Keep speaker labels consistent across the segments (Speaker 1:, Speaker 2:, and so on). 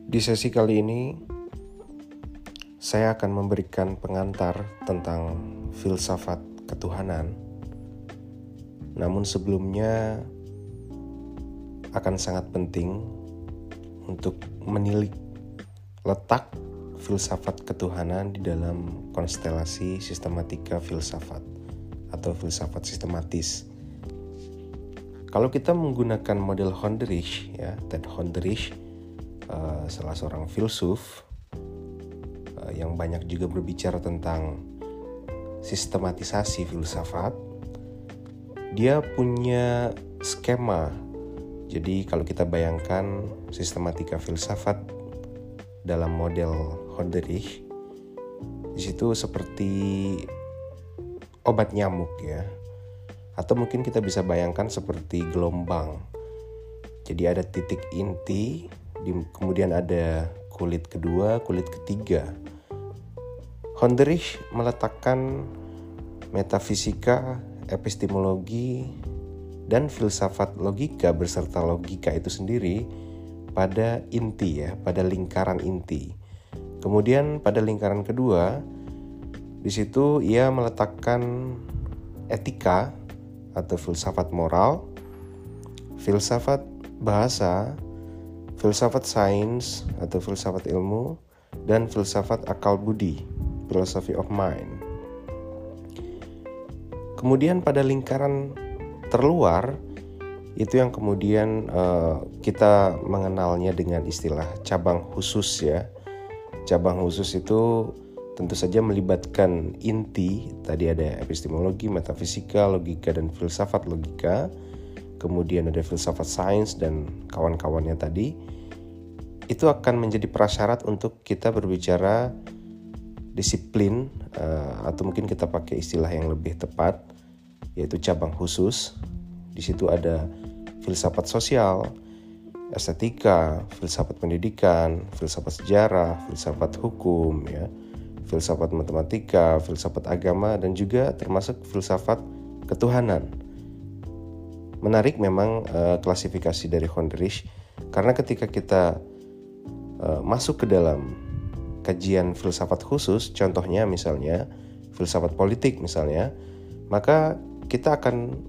Speaker 1: Di sesi kali ini, saya akan memberikan pengantar tentang filsafat ketuhanan. Namun sebelumnya akan sangat penting untuk menilik letak filsafat ketuhanan di dalam konstelasi sistematika filsafat atau filsafat sistematis. Kalau kita menggunakan model Honderich, Ted Honderich, salah seorang filsuf yang banyak juga berbicara tentang sistematisasi filsafat, dia punya skema. Jadi kalau kita bayangkan sistematika filsafat dalam model Honderich, di situ seperti obat nyamuk atau mungkin kita bisa bayangkan seperti gelombang. Jadi ada titik inti, kemudian ada kulit kedua, kulit ketiga. Honderich meletakkan metafisika, epistemologi, dan filsafat logika beserta logika itu sendiri pada inti pada lingkaran inti. Kemudian pada lingkaran kedua, di situ ia meletakkan etika atau filsafat moral, filsafat bahasa, filsafat sains atau filsafat ilmu, dan filsafat akal budi, philosophy of mind. Kemudian pada lingkaran terluar, itu yang kemudian kita mengenalnya dengan istilah cabang khusus Cabang khusus itu tentu saja melibatkan inti, tadi ada epistemologi, metafisika, logika, dan filsafat logika. Kemudian ada filsafat sains dan kawan-kawannya tadi. Itu akan menjadi prasyarat untuk kita berbicara disiplin, atau mungkin kita pakai istilah yang lebih tepat, yaitu cabang khusus. Di situ ada filsafat sosial, estetika, filsafat pendidikan, filsafat sejarah, filsafat hukum, filsafat matematika, filsafat agama, dan juga termasuk filsafat ketuhanan. Menarik memang klasifikasi dari Honderich, karena ketika kita masuk ke dalam kajian filsafat khusus, contohnya misalnya filsafat politik misalnya, maka kita akan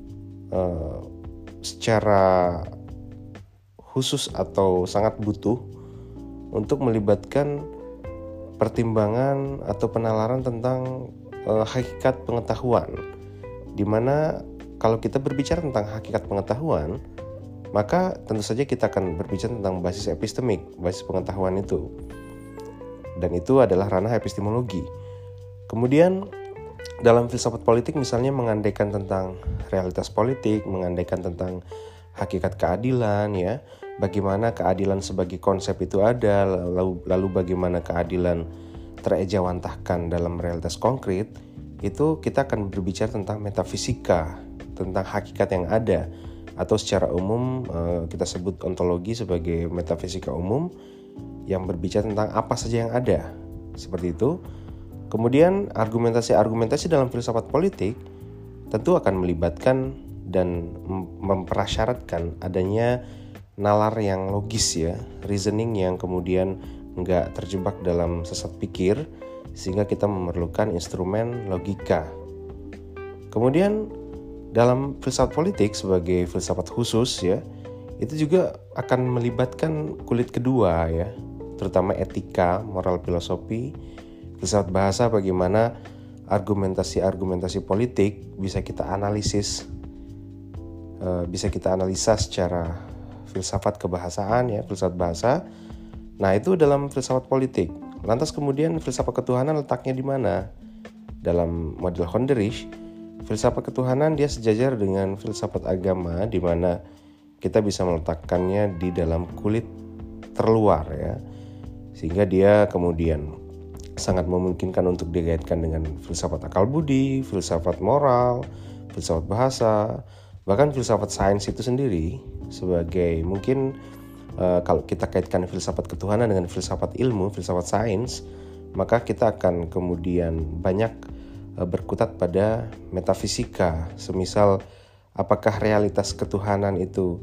Speaker 1: secara khusus atau sangat butuh untuk melibatkan pertimbangan atau penalaran tentang hakikat pengetahuan, di mana kalau kita berbicara tentang hakikat pengetahuan, maka tentu saja kita akan berbicara tentang basis epistemik, basis pengetahuan itu. Dan itu adalah ranah epistemologi. Kemudian dalam filsafat politik misalnya mengandaikan tentang realitas politik, mengandaikan tentang hakikat keadilan, bagaimana keadilan sebagai konsep itu ada, lalu bagaimana keadilan terejawantahkan dalam realitas konkret, itu kita akan berbicara tentang metafisika, tentang hakikat yang ada, atau secara umum kita sebut ontologi sebagai metafisika umum yang berbicara tentang apa saja yang ada, seperti itu. Kemudian argumentasi dalam filsafat politik tentu akan melibatkan dan memprasyaratkan adanya nalar yang logis, reasoning yang kemudian nggak terjebak dalam sesat pikir, sehingga kita memerlukan instrumen logika. Kemudian dalam filsafat politik sebagai filsafat khusus itu juga akan melibatkan kulit kedua terutama etika, moral filosofi, filsafat bahasa, bagaimana argumentasi politik bisa kita analisis, bisa kita analisa secara filsafat kebahasaan filsafat bahasa. Nah, itu dalam filsafat politik. Lantas kemudian filsafat ketuhanan letaknya di mana? Dalam model Honderich, filsafat ketuhanan dia sejajar dengan filsafat agama, di mana kita bisa meletakkannya di dalam kulit terluar sehingga dia kemudian sangat memungkinkan untuk dikaitkan dengan filsafat akal budi, filsafat moral, filsafat bahasa, bahkan filsafat sains itu sendiri sebagai mungkin kalau kita kaitkan filsafat ketuhanan dengan filsafat ilmu, filsafat sains, maka kita akan kemudian banyak berkutat pada metafisika, semisal apakah realitas ketuhanan itu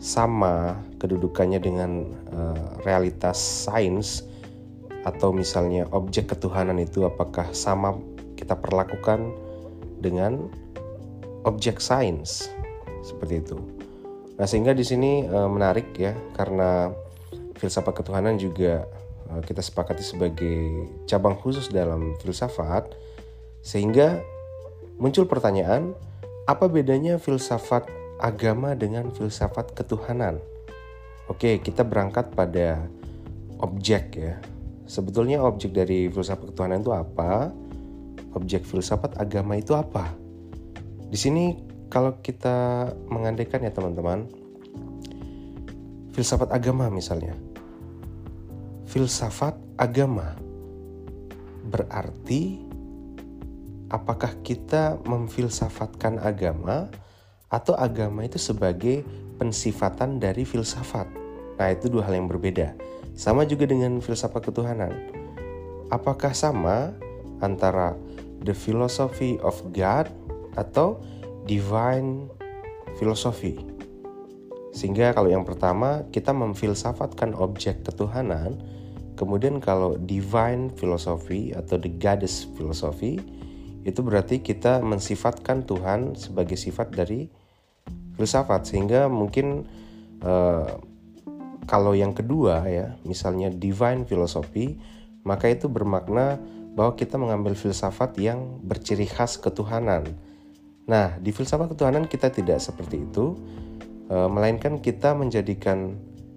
Speaker 1: sama kedudukannya dengan realitas sains, atau misalnya objek ketuhanan itu apakah sama kita perlakukan dengan objek sains, seperti itu. Nah, sehingga di sini menarik ya, karena filsafat ketuhanan juga kita sepakati sebagai cabang khusus dalam filsafat, sehingga muncul pertanyaan, apa bedanya filsafat agama dengan filsafat ketuhanan? Oke, kita berangkat pada objek ya. Sebetulnya objek dari filsafat ketuhanan itu apa? Objek filsafat agama itu apa? Di sini kalau kita mengandaikan ya teman-teman, filsafat agama misalnya. Filsafat agama berarti apakah kita memfilsafatkan agama atau agama itu sebagai pensifatan dari filsafat? Nah, itu dua hal yang berbeda. Sama juga dengan filsafat ketuhanan. Apakah sama antara the philosophy of God atau divine philosophy? Sehingga kalau yang pertama kita memfilsafatkan objek ketuhanan, kemudian kalau divine philosophy atau the goddess philosophy, itu berarti kita mensifatkan Tuhan sebagai sifat dari filsafat. Sehingga mungkin kalau yang kedua ya, misalnya divine philosophy, maka itu bermakna bahwa kita mengambil filsafat yang berciri khas ketuhanan. Nah, di filsafat ketuhanan kita tidak seperti itu, melainkan kita menjadikan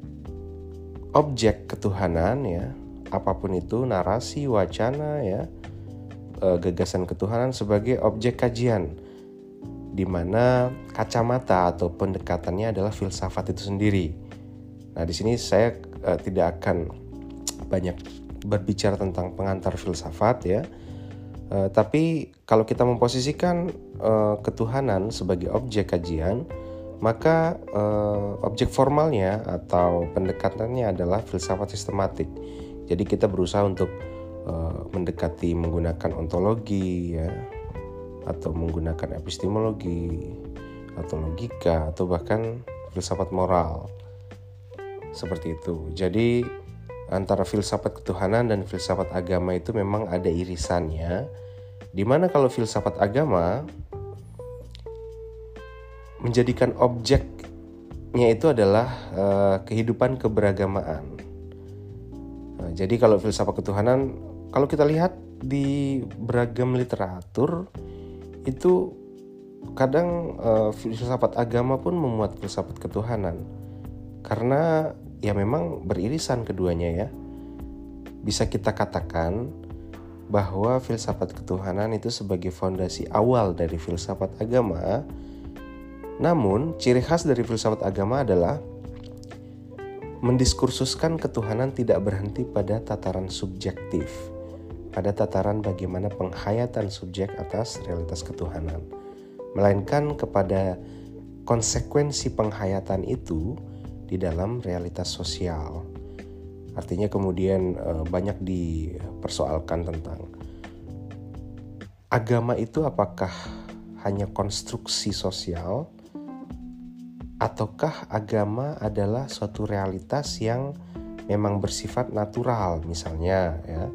Speaker 1: objek ketuhanan ya, apapun itu, narasi, wacana ya, gagasan ketuhanan sebagai objek kajian, di mana kacamata atau pendekatannya adalah filsafat itu sendiri. Nah, di sini saya tidak akan banyak berbicara tentang pengantar filsafat ya. Tapi kalau kita memposisikan ketuhanan sebagai objek kajian, maka objek formalnya atau pendekatannya adalah filsafat sistematik. Jadi kita berusaha untuk mendekati menggunakan ontologi ya, atau menggunakan epistemologi atau logika, atau bahkan filsafat moral. Seperti itu. Jadi antara filsafat ketuhanan dan filsafat agama itu memang ada irisannya, di mana kalau filsafat agama menjadikan objeknya itu adalah kehidupan keberagamaan. Nah, jadi kalau filsafat ketuhanan, kalau kita lihat di beragam literatur itu kadang filsafat agama pun memuat filsafat ketuhanan, karena ya memang beririsan keduanya ya. Bisa kita katakan bahwa filsafat ketuhanan itu sebagai fondasi awal dari filsafat agama. Namun ciri khas dari filsafat agama adalah mendiskursuskan ketuhanan tidak berhenti pada tataran subjektif, pada tataran bagaimana penghayatan subjek atas realitas ketuhanan, melainkan kepada konsekuensi penghayatan itu di dalam realitas sosial. Artinya kemudian banyak dipersoalkan tentang agama itu apakah hanya konstruksi sosial, ataukah agama adalah suatu realitas yang memang bersifat natural misalnya ya,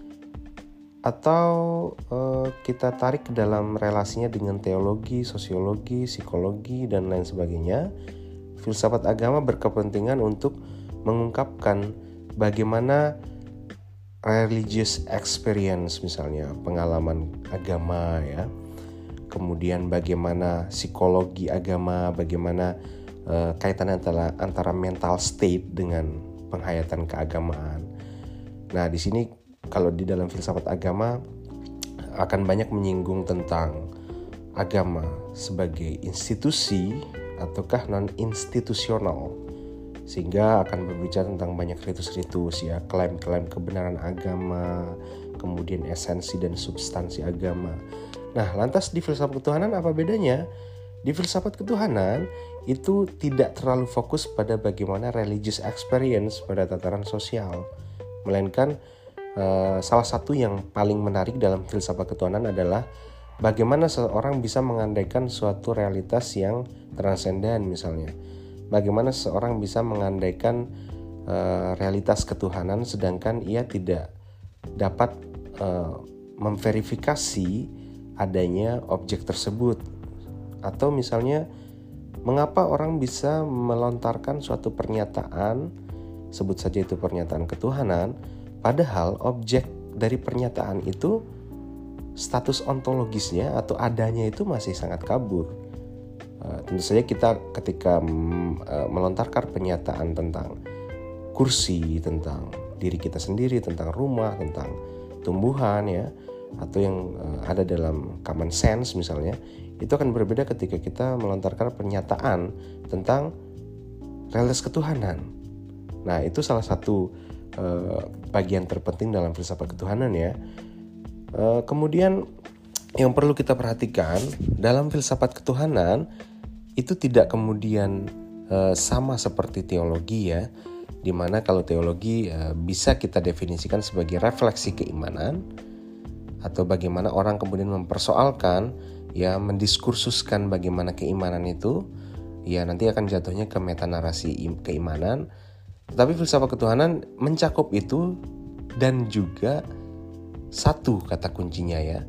Speaker 1: atau kita tarik ke dalam relasinya dengan teologi, sosiologi, psikologi dan lain sebagainya. Filsafat agama berkepentingan untuk mengungkapkan bagaimana religious experience, misalnya pengalaman agama ya, kemudian bagaimana psikologi agama, bagaimana kaitan antara mental state dengan penghayatan keagamaan. Nah, di sini kalau di dalam filsafat agama akan banyak menyinggung tentang agama sebagai institusi ataukah non-institusional, sehingga akan berbicara tentang banyak ritus-ritus ya, klaim-klaim kebenaran agama, kemudian esensi dan substansi agama. Nah, lantas di filsafat ketuhanan apa bedanya? Di filsafat ketuhanan itu tidak terlalu fokus pada bagaimana religious experience pada tataran sosial, melainkan salah satu yang paling menarik dalam filsafat ketuhanan adalah bagaimana seorang bisa mengandaikan suatu realitas yang transendan misalnya. bagaimana seseorang bisa mengandaikan realitas ketuhanan sedangkan ia tidak dapat memverifikasi adanya objek tersebut. Atau misalnya mengapa orang bisa melontarkan suatu pernyataan, sebut saja itu pernyataan ketuhanan, padahal objek dari pernyataan itu status ontologisnya atau adanya itu masih sangat kabur. Tentu saja kita ketika melontarkan pernyataan tentang kursi, tentang diri kita sendiri, tentang rumah, tentang tumbuhan ya, atau yang ada dalam common sense misalnya, itu akan berbeda ketika kita melontarkan pernyataan tentang realitas ketuhanan. Nah, itu salah satu bagian terpenting dalam filsafat ketuhanan ya. Kemudian yang perlu kita perhatikan dalam filsafat ketuhanan itu tidak kemudian sama seperti teologi ya, dimana kalau teologi bisa kita definisikan sebagai refleksi keimanan atau bagaimana orang kemudian mempersoalkan ya, mendiskursuskan bagaimana keimanan itu ya, nanti akan jatuhnya ke metanarasi keimanan. Tetapi filsafat ketuhanan mencakup itu dan juga satu kata kuncinya ya,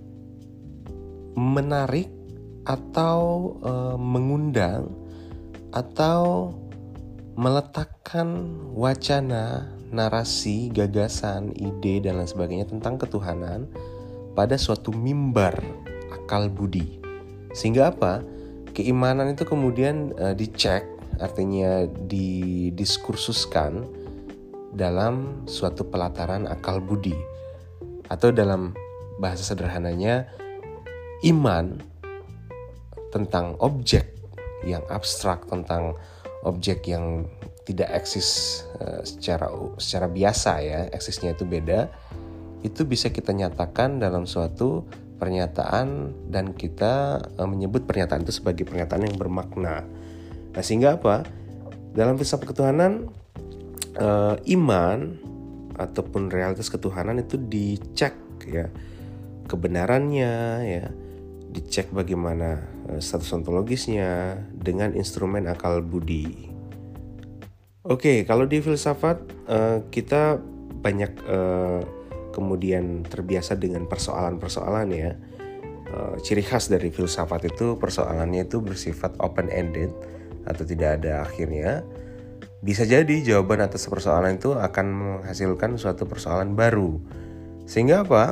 Speaker 1: menarik atau mengundang atau meletakkan wacana, narasi, gagasan, ide dan lain sebagainya tentang ketuhanan pada suatu mimbar akal budi. Sehingga apa? Keimanan itu kemudian dicek, artinya didiskursuskan dalam suatu pelataran akal budi. Atau dalam bahasa sederhananya, iman tentang objek yang abstrak, tentang objek yang tidak eksis secara biasa ya, eksisnya itu beda, itu bisa kita nyatakan dalam suatu pernyataan dan kita menyebut pernyataan itu sebagai pernyataan yang bermakna. Nah, sehingga apa? Dalam filsafat ketuhanan, iman ataupun realitas ketuhanan itu dicek ya, kebenarannya ya, dicek bagaimana status ontologisnya dengan instrumen akal budi. Oke, kalau di filsafat kita banyak kemudian terbiasa dengan persoalan-persoalan ya. Ciri khas dari filsafat itu persoalannya itu bersifat open-ended atau tidak ada akhirnya. Bisa jadi jawaban atas persoalan itu akan menghasilkan suatu persoalan baru. Sehingga apa?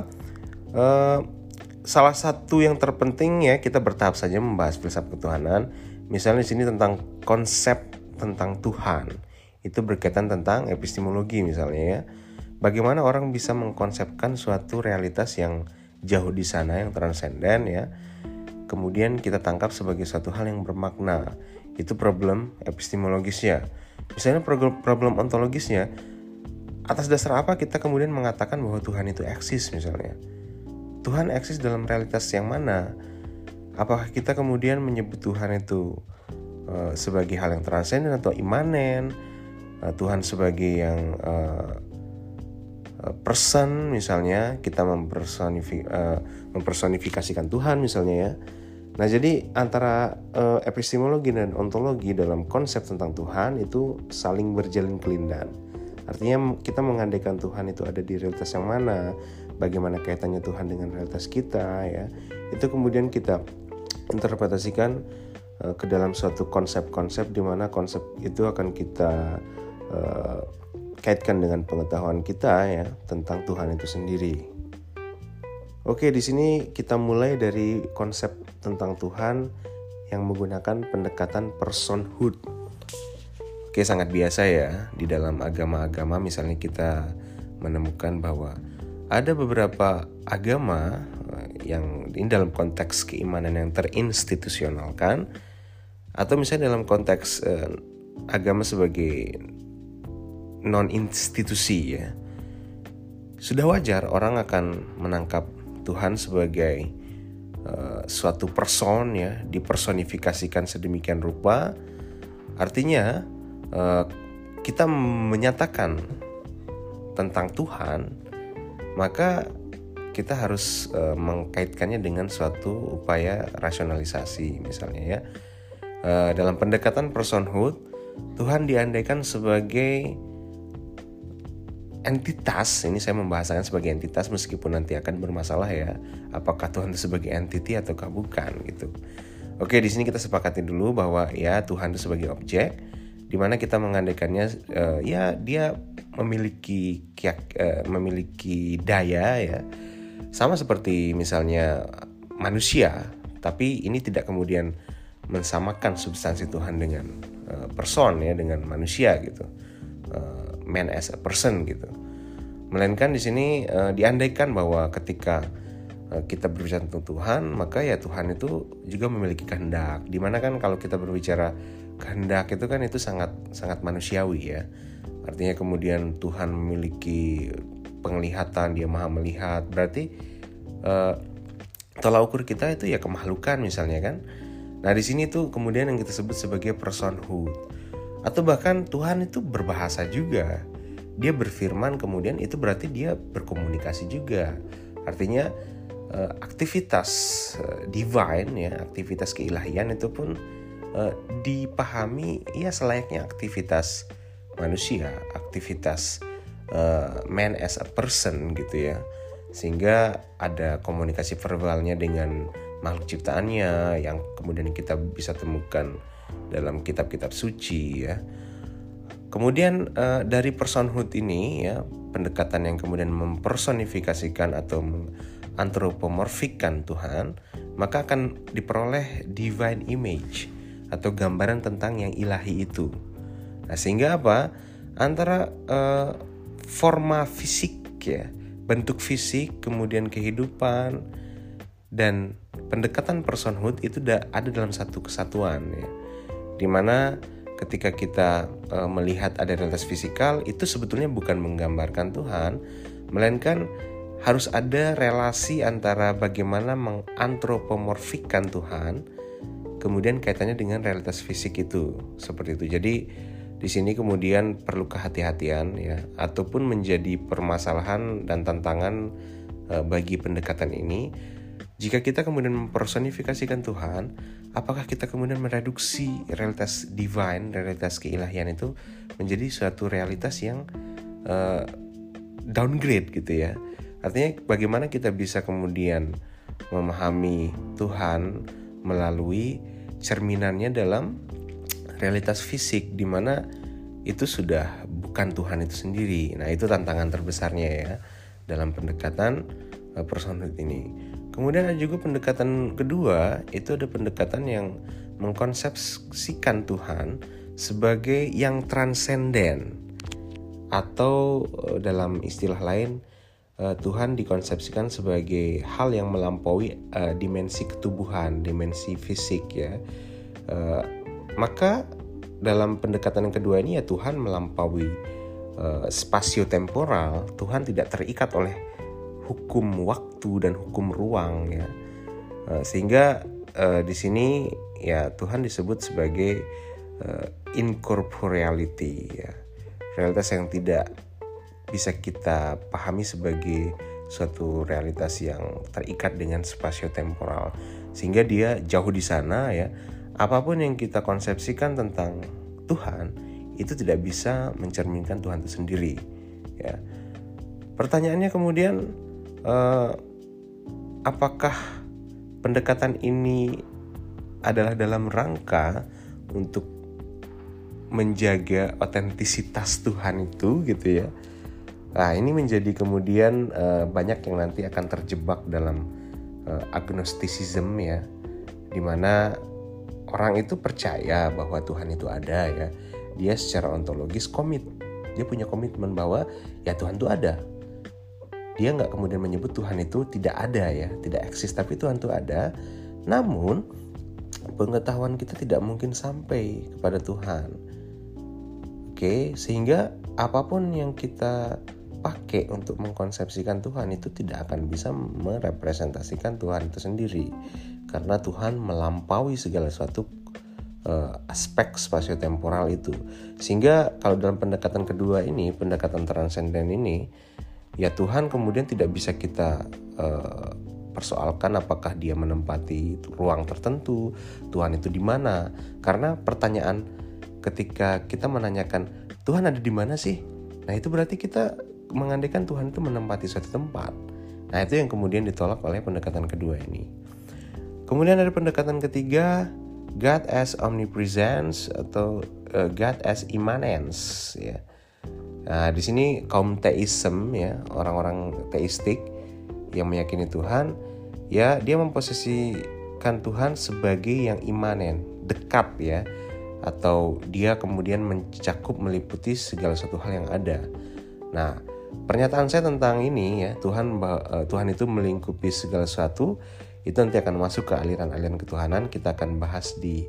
Speaker 1: Salah satu yang terpenting ya, kita bertahap saja membahas filsafat ketuhanan. Misalnya di sini tentang konsep tentang Tuhan. Itu berkaitan tentang epistemologi misalnya ya. Bagaimana orang bisa mengkonsepkan suatu realitas yang jauh di sana, yang transenden ya. Kemudian kita tangkap sebagai suatu hal yang bermakna. Itu problem epistemologisnya. Misalnya problem ontologisnya, atas dasar apa kita kemudian mengatakan bahwa Tuhan itu eksis misalnya? Tuhan eksis dalam realitas yang mana? Apakah kita kemudian menyebut Tuhan itu sebagai hal yang transenden atau imanen? Tuhan sebagai yang person misalnya, kita mempersonifikasikan Tuhan misalnya ya. Nah, jadi antara epistemologi dan ontologi dalam konsep tentang Tuhan itu saling berjalin kelindan. Artinya kita mengandaikan Tuhan itu ada di realitas yang mana, bagaimana kaitannya Tuhan dengan realitas kita ya. Itu kemudian kita interpretasikan ke dalam suatu konsep-konsep di mana konsep itu akan kita kaitkan dengan pengetahuan kita ya tentang Tuhan itu sendiri. Oke, di sini kita mulai dari konsep tentang Tuhan yang menggunakan pendekatan personhood. Oke, sangat biasa ya di dalam agama-agama, misalnya kita menemukan bahwa ada beberapa agama yang ini dalam konteks keimanan yang terinstitusionalkan, atau misalnya dalam konteks agama sebagai non-institusi ya. Sudah wajar orang akan menangkap Tuhan sebagai suatu person ya, dipersonifikasikan sedemikian rupa. Artinya kita menyatakan tentang Tuhan, maka kita harus mengkaitkannya dengan suatu upaya rasionalisasi misalnya ya. Dalam pendekatan personhood, Tuhan diandaikan sebagai entitas. Ini saya membahasakan sebagai entitas meskipun nanti akan bermasalah ya, apakah Tuhan itu sebagai entity ataukah bukan gitu. Oke, di sini kita sepakati dulu bahwa ya Tuhan itu sebagai objek, di mana kita mengandaikannya ya dia memiliki daya ya, sama seperti misalnya manusia, tapi ini tidak kemudian mensamakan substansi Tuhan dengan person ya, dengan manusia gitu. Man as a person gitu. Melainkan di sini diandaikan bahwa ketika kita berbicara tentang Tuhan, maka ya Tuhan itu juga memiliki kehendak. Dimana kan kalau kita berbicara kehendak itu kan itu sangat manusiawi ya. Artinya kemudian Tuhan memiliki penglihatan, dia maha melihat. Berarti tolak ukur kita itu ya kemakhlukan misalnya kan. Nah di sini tuh kemudian yang kita sebut sebagai personhood. Atau bahkan Tuhan itu berbahasa juga. Dia berfirman, kemudian itu berarti dia berkomunikasi juga. Artinya aktivitas divine ya, aktivitas keilahian itu pun dipahami ya selayaknya aktivitas manusia, aktivitas man as a person gitu ya. Sehingga ada komunikasi verbalnya dengan makhluk ciptaannya yang kemudian kita bisa temukan dalam kitab-kitab suci ya. Kemudian dari personhood ini ya, pendekatan yang kemudian mempersonifikasikan atau antropomorfikkan Tuhan, maka akan diperoleh divine image atau gambaran tentang yang ilahi itu. Nah, sehingga apa? Antara forma fisik ya, bentuk fisik, kemudian kehidupan dan pendekatan personhood itu ada dalam satu kesatuan ya. Dimana ketika kita melihat ada realitas fisikal, itu sebetulnya bukan menggambarkan Tuhan, melainkan harus ada relasi antara bagaimana mengantropomorfikkan Tuhan, kemudian kaitannya dengan realitas fisik itu, seperti itu. Jadi di sini kemudian perlu kehati-hatian ya, ataupun menjadi permasalahan dan tantangan bagi pendekatan ini. Jika kita kemudian mempersonifikasikan Tuhan, apakah kita kemudian mereduksi realitas divine, realitas keilahian itu menjadi suatu realitas yang downgrade gitu ya. Artinya bagaimana kita bisa kemudian memahami Tuhan melalui cerminannya dalam realitas fisik, di mana itu sudah bukan Tuhan itu sendiri. Nah, itu tantangan terbesarnya ya dalam pendekatan personhood ini. Kemudian ada juga pendekatan kedua, itu ada pendekatan yang mengkonsepsikan Tuhan sebagai yang transenden, atau dalam istilah lain Tuhan dikonsepsikan sebagai hal yang melampaui dimensi ketubuhan, dimensi fisik ya. Maka dalam pendekatan yang kedua ini ya Tuhan melampaui spasio-temporal. Tuhan tidak terikat oleh hukum waktu dan hukum ruang ya, sehingga di sini ya Tuhan disebut sebagai incorporeality ya, realitas yang tidak bisa kita pahami sebagai suatu realitas yang terikat dengan spasio-temporal, sehingga dia jauh di sana ya. Apapun yang kita konsepsikan tentang Tuhan itu tidak bisa mencerminkan Tuhan itu sendiri ya. Pertanyaannya kemudian, apakah pendekatan ini adalah dalam rangka untuk menjaga otentisitas Tuhan itu gitu ya. Nah, ini menjadi kemudian banyak yang nanti akan terjebak dalam agnosticism ya, dimana orang itu percaya bahwa Tuhan itu ada ya. Dia secara ontologis dia punya komitmen bahwa ya Tuhan itu ada. Dia nggak kemudian menyebut Tuhan itu tidak ada ya, tidak eksis, tapi Tuhan itu ada. Namun pengetahuan kita tidak mungkin sampai kepada Tuhan. Oke, sehingga apapun yang kita pakai untuk mengkonsepsikan Tuhan itu tidak akan bisa merepresentasikan Tuhan itu sendiri, karena Tuhan melampaui segala sesuatu aspek spasio-temporal itu. Sehingga kalau dalam pendekatan kedua ini, pendekatan transenden ini, ya Tuhan kemudian tidak bisa kita mempersoalkan apakah dia menempati ruang tertentu, Tuhan itu di mana. Karena pertanyaan ketika kita menanyakan Tuhan ada di mana sih? Nah itu berarti kita mengandaikan Tuhan itu menempati suatu tempat. Nah itu yang kemudian ditolak oleh pendekatan kedua ini. Kemudian ada pendekatan ketiga, God as omnipresence atau God as immanence ya. Nah, di sini kaum teism ya, orang-orang teistik yang meyakini Tuhan, ya dia memposisikan Tuhan sebagai yang imanen, dekat ya, atau dia kemudian mencakup meliputi segala sesuatu hal yang ada. Nah, pernyataan saya tentang ini ya, Tuhan itu melingkupi segala sesuatu, itu nanti akan masuk ke aliran-aliran ketuhanan. Kita akan bahas di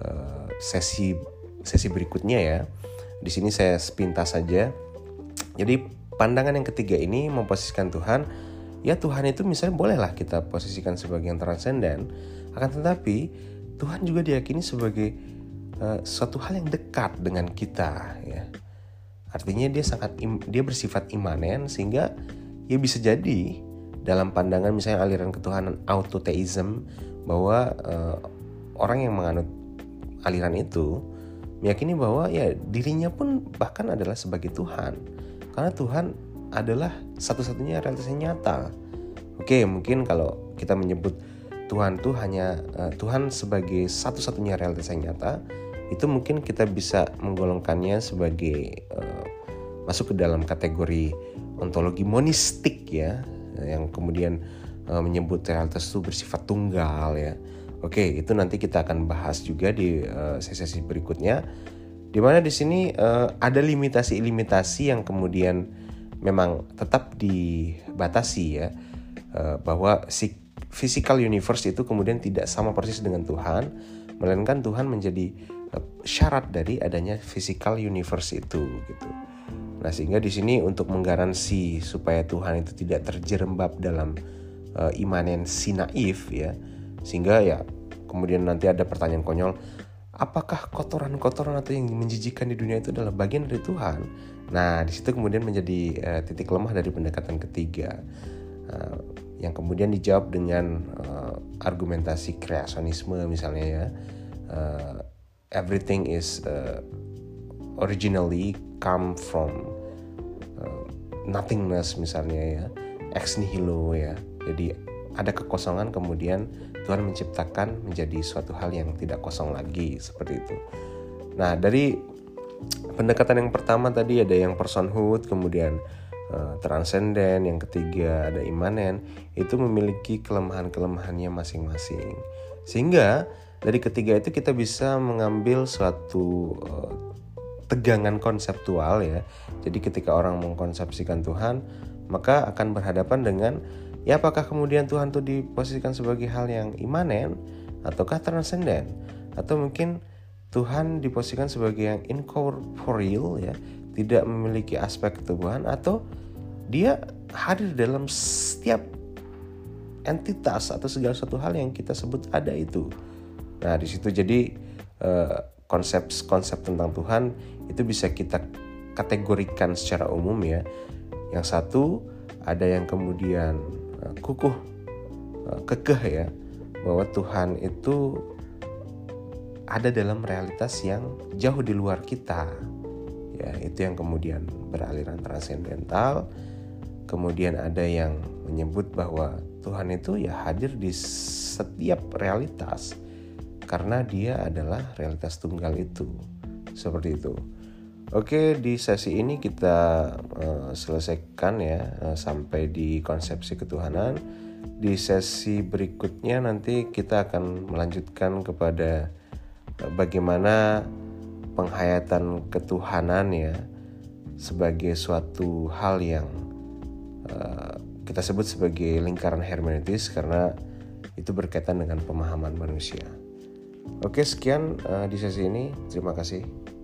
Speaker 1: sesi berikutnya ya. Di sini saya sepintas saja. Jadi pandangan yang ketiga ini memposisikan Tuhan, ya Tuhan itu misalnya bolehlah kita posisikan sebagai yang transenden, akan tetapi Tuhan juga diyakini sebagai suatu hal yang dekat dengan kita ya. Artinya dia bersifat imanen, sehingga ya bisa jadi dalam pandangan misalnya aliran ketuhanan autoteism bahwa orang yang menganut aliran itu meyakini bahwa ya dirinya pun bahkan adalah sebagai Tuhan, karena Tuhan adalah satu-satunya realitas yang nyata. Oke, mungkin kalau kita menyebut Tuhan itu hanya Tuhan sebagai satu-satunya realitas yang nyata, itu mungkin kita bisa menggolongkannya sebagai masuk ke dalam kategori ontologi monistik ya, yang kemudian menyebut realitas itu bersifat tunggal ya. Oke, itu nanti kita akan bahas juga di sesi berikutnya, di mana di sini ada limitasi-limitasi yang kemudian memang tetap dibatasi ya, bahwa physical universe itu kemudian tidak sama persis dengan Tuhan, melainkan Tuhan menjadi syarat dari adanya physical universe itu gitu. Nah, sehingga di sini untuk menggaransi supaya Tuhan itu tidak terjerembab dalam imanensi naif ya, sehingga ya kemudian nanti ada pertanyaan konyol, apakah kotoran-kotoran atau yang menjijikkan di dunia itu adalah bagian dari Tuhan? Nah, di situ kemudian menjadi titik lemah dari pendekatan ketiga, yang kemudian dijawab dengan argumentasi kreasionisme misalnya ya. Everything is originally come from nothingness misalnya ya, ex nihilo ya. Jadi ada kekosongan, kemudian Tuhan menciptakan menjadi suatu hal yang tidak kosong lagi, seperti itu. Nah, dari pendekatan yang pertama tadi ada yang personhood, kemudian transenden, yang ketiga ada imanen, itu memiliki kelemahan-kelemahannya masing-masing. Sehingga dari ketiga itu kita bisa mengambil suatu tegangan konseptual ya. Jadi ketika orang mengkonsepsikan Tuhan, maka akan berhadapan dengan ya apakah kemudian Tuhan itu diposisikan sebagai hal yang imanen ataukah transenden, atau mungkin Tuhan diposisikan sebagai yang incorporeal ya, tidak memiliki aspek ketubuhan, atau dia hadir dalam setiap entitas atau segala satu hal yang kita sebut ada itu. Nah, di situ jadi konsep tentang Tuhan itu bisa kita kategorikan secara umum ya. Yang satu ada yang kemudian kekeh ya, bahwa Tuhan itu ada dalam realitas yang jauh di luar kita ya, itu yang kemudian beraliran transendental. Kemudian ada yang menyebut bahwa Tuhan itu ya hadir di setiap realitas karena dia adalah realitas tunggal itu, seperti itu. Oke, di sesi ini kita selesaikan ya sampai di konsepsi ketuhanan. Di sesi berikutnya nanti kita akan melanjutkan kepada bagaimana penghayatan ketuhanan ya sebagai suatu hal yang kita sebut sebagai lingkaran hermeneutis, karena itu berkaitan dengan pemahaman manusia. Oke, sekian di sesi ini. Terima kasih.